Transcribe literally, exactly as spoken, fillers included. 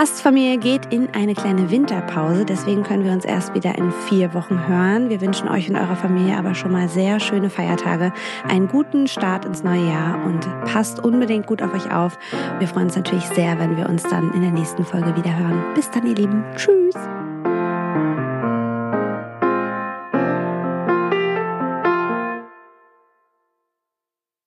Gastfamilie geht in eine kleine Winterpause, deswegen können wir uns erst wieder in vier Wochen hören. Wir wünschen euch und eurer Familie aber schon mal sehr schöne Feiertage, einen guten Start ins neue Jahr und passt unbedingt gut auf euch auf. Wir freuen uns natürlich sehr, wenn wir uns dann in der nächsten Folge wieder hören. Bis dann, ihr Lieben. Tschüss.